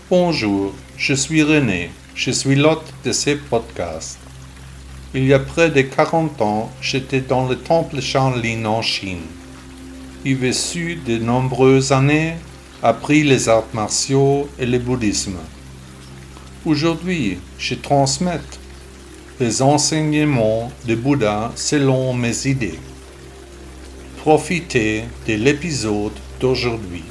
Bonjour, je suis René, je suis l'hôte de ces podcasts. Il y a près de 40 ans, j'étais dans le temple Shaolin en Chine. J'ai vécu de nombreuses années, appris les arts martiaux et le bouddhisme. Aujourd'hui, je transmets les enseignements de Bouddha selon mes idées. Profitez de l'épisode d'aujourd'hui.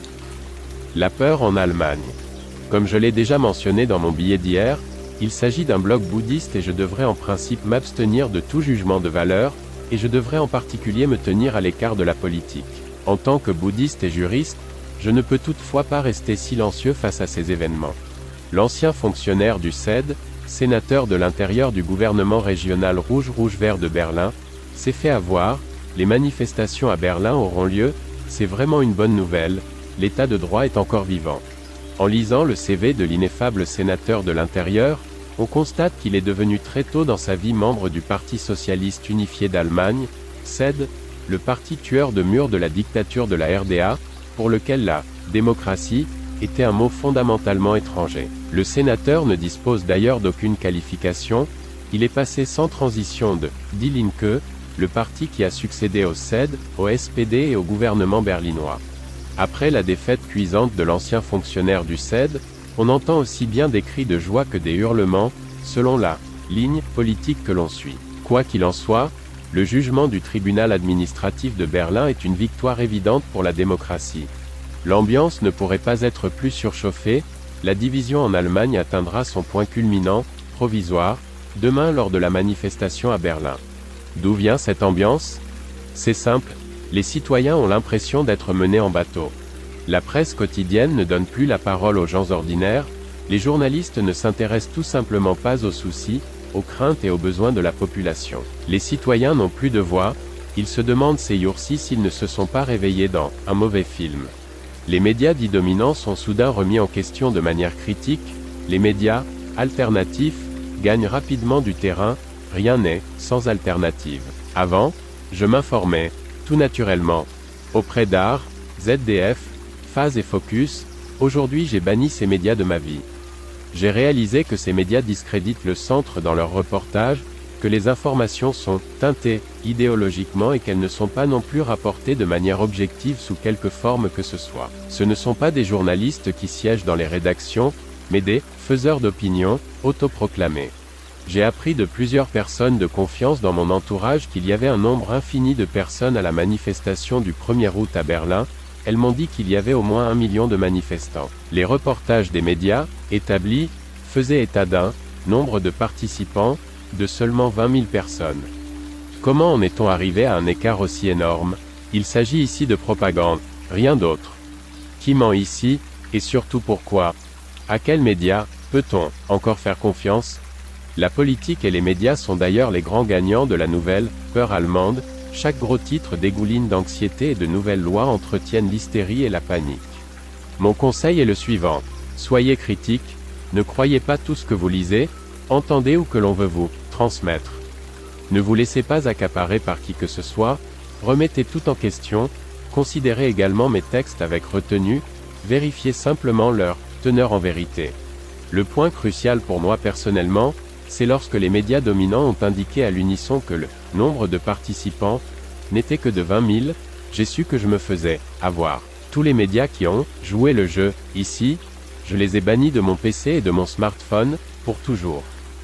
La peur en Allemagne. Comme je l'ai déjà mentionné dans mon billet d'hier, il s'agit d'un blog bouddhiste et je devrais en principe m'abstenir de tout jugement de valeur, et je devrais en particulier me tenir à l'écart de la politique. En tant que bouddhiste et juriste, je ne peux toutefois pas rester silencieux face à ces événements. L'ancien fonctionnaire du CED, sénateur de l'intérieur du gouvernement régional rouge-rouge-vert de Berlin, s'est fait avoir. Les manifestations à Berlin auront lieu, c'est vraiment une bonne nouvelle, l'état de droit est encore vivant. En lisant le CV de l'ineffable sénateur de l'Intérieur, on constate qu'il est devenu très tôt dans sa vie membre du Parti socialiste unifié d'Allemagne, CED, le parti tueur de murs de la dictature de la RDA, pour lequel la démocratie était un mot fondamentalement étranger. Le sénateur ne dispose d'ailleurs d'aucune qualification, il est passé sans transition de Die Linke, le parti qui a succédé au CED, au SPD et au gouvernement berlinois. Après la défaite cuisante de l'ancien fonctionnaire du CED, on entend aussi bien des cris de joie que des hurlements, selon la ligne politique que l'on suit. Quoi qu'il en soit, le jugement du tribunal administratif de Berlin est une victoire évidente pour la démocratie. L'ambiance ne pourrait pas être plus surchauffée, la division en Allemagne atteindra son point culminant, provisoire, demain lors de la manifestation à Berlin. D'où vient cette ambiance? C'est simple. Les citoyens ont l'impression d'être menés en bateau. La presse quotidienne ne donne plus la parole aux gens ordinaires, les journalistes ne s'intéressent tout simplement pas aux soucis, aux craintes et aux besoins de la population. Les citoyens n'ont plus de voix, ils se demandent ces jours-ci s'ils ne se sont pas réveillés dans un mauvais film. Les médias dits dominants sont soudain remis en question de manière critique, les médias alternatifs gagnent rapidement du terrain, rien n'est sans alternative. Avant, je m'informais, tout naturellement, auprès d'Art, ZDF, Phase et Focus. Aujourd'hui j'ai banni ces médias de ma vie. J'ai réalisé que ces médias discréditent le centre dans leurs reportages, que les informations sont teintées idéologiquement et qu'elles ne sont pas non plus rapportées de manière objective sous quelque forme que ce soit. Ce ne sont pas des journalistes qui siègent dans les rédactions, mais des faiseurs d'opinion, autoproclamés. J'ai appris de plusieurs personnes de confiance dans mon entourage qu'il y avait un nombre infini de personnes à la manifestation du 1er août à Berlin. Elles m'ont dit qu'il y avait au moins 1 million de manifestants. Les reportages des médias, établis, faisaient état d'un nombre de participants, de seulement 20 000 personnes. Comment en est-on arrivé à un écart aussi énorme? Il s'agit ici de propagande, rien d'autre. Qui ment ici, et surtout pourquoi? À quels médias peut-on encore faire confiance? La politique et les médias sont d'ailleurs les grands gagnants de la nouvelle peur allemande. Chaque gros titre dégouline d'anxiété et de nouvelles lois entretiennent l'hystérie et la panique. Mon conseil est le suivant. Soyez critique, ne croyez pas tout ce que vous lisez, entendez ou que l'on veut vous transmettre. Ne vous laissez pas accaparer par qui que ce soit, remettez tout en question, considérez également mes textes avec retenue, vérifiez simplement leur teneur en vérité. Le point crucial pour moi personnellement, c'est lorsque les médias dominants ont indiqué à l'unisson que le nombre de participants n'était que de 20 000, j'ai su que je me faisais avoir. Tous les médias qui ont joué le jeu, ici, je les ai bannis de mon PC et de mon smartphone, pour toujours.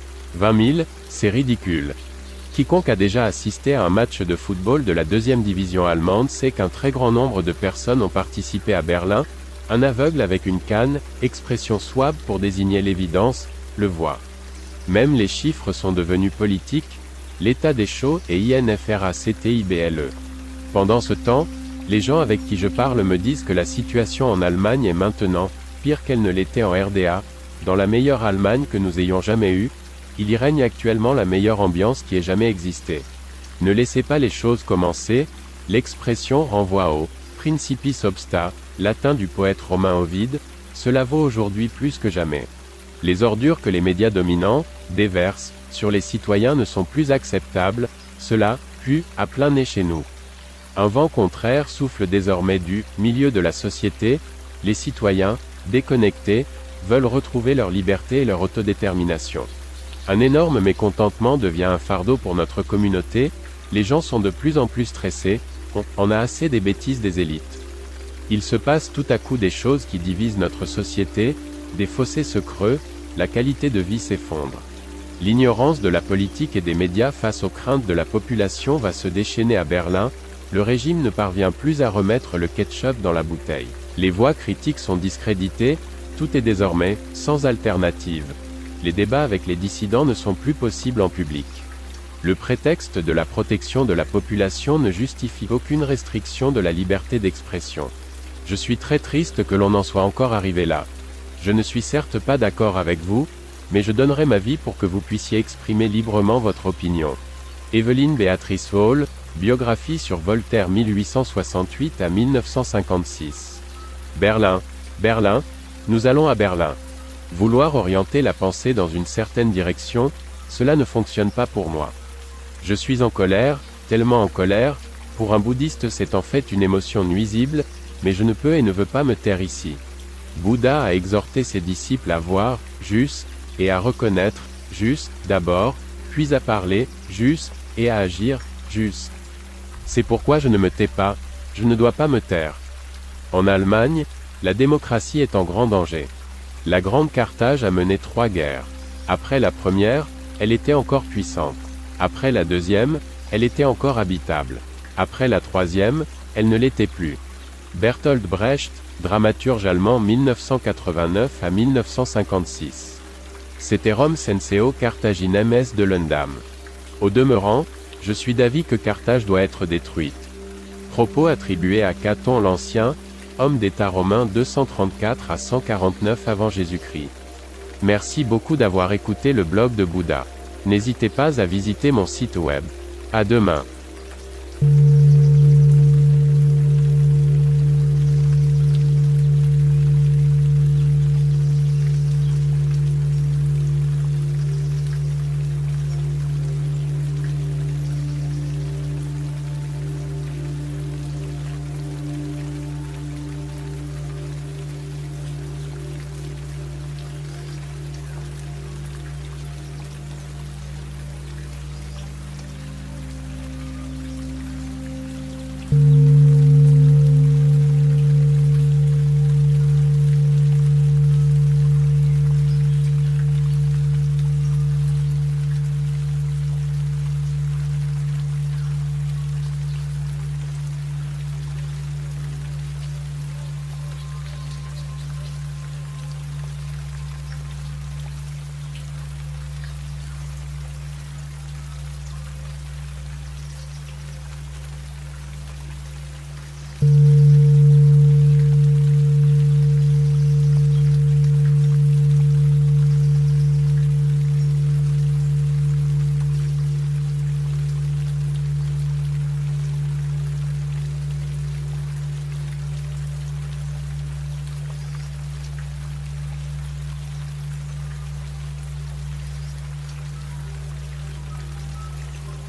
20 000, c'est ridicule. Quiconque a déjà assisté à un match de football de la 2e division allemande sait qu'un très grand nombre de personnes ont participé à Berlin, un aveugle avec une canne, expression souabe pour désigner l'évidence, le voit. Même les chiffres sont devenus politiques, l'état des choses et INFRACTIBLE. Pendant ce temps, les gens avec qui je parle me disent que la situation en Allemagne est maintenant pire qu'elle ne l'était en RDA, dans la meilleure Allemagne que nous ayons jamais eue, il y règne actuellement la meilleure ambiance qui ait jamais existé. Ne laissez pas les choses commencer, l'expression renvoie au principiis obsta, latin du poète romain Ovide, cela vaut aujourd'hui plus que jamais. Les ordures que les médias dominants déversent sur les citoyens ne sont plus acceptables, cela pue à plein nez chez nous. Un vent contraire souffle désormais du milieu de la société, les citoyens, déconnectés, veulent retrouver leur liberté et leur autodétermination. Un énorme mécontentement devient un fardeau pour notre communauté, les gens sont de plus en plus stressés, on en a assez des bêtises des élites. Il se passe tout à coup des choses qui divisent notre société, des fossés se creuent, la qualité de vie s'effondre. L'ignorance de la politique et des médias face aux craintes de la population va se déchaîner à Berlin, le régime ne parvient plus à remettre le ketchup dans la bouteille. Les voix critiques sont discréditées, tout est désormais sans alternative. Les débats avec les dissidents ne sont plus possibles en public. Le prétexte de la protection de la population ne justifie aucune restriction de la liberté d'expression. Je suis très triste que l'on en soit encore arrivé là. Je ne suis certes pas d'accord avec vous, mais je donnerai ma vie pour que vous puissiez exprimer librement votre opinion. Evelyne Béatrice Hall, biographie sur Voltaire 1868 à 1956. Berlin. Berlin, nous allons à Berlin. Vouloir orienter la pensée dans une certaine direction, cela ne fonctionne pas pour moi. Je suis en colère, tellement en colère, pour un bouddhiste c'est en fait une émotion nuisible, mais je ne peux et ne veux pas me taire ici. Bouddha a exhorté ses disciples à voir, juste, et à reconnaître, juste, d'abord, puis à parler, juste, et à agir, juste. C'est pourquoi je ne me tais pas, je ne dois pas me taire. En Allemagne, la démocratie est en grand danger. La Grande Carthage a mené 3 guerres. Après la première, elle était encore puissante. Après la deuxième, elle était encore habitable. Après la troisième, elle ne l'était plus. Bertolt Brecht, dramaturge allemand 1989 à 1956. C'était Rome Censeo Carthaginem est delendam. Au demeurant, je suis d'avis que Carthage doit être détruite. Propos attribués à Caton l'Ancien, homme d'État romain 234 à 149 avant Jésus-Christ. Merci beaucoup d'avoir écouté le blog de Bouddha. N'hésitez pas à visiter mon site web. À demain.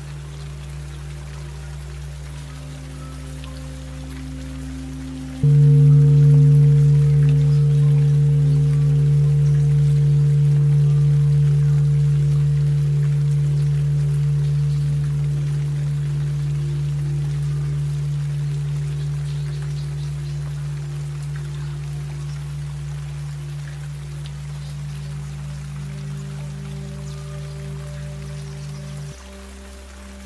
you.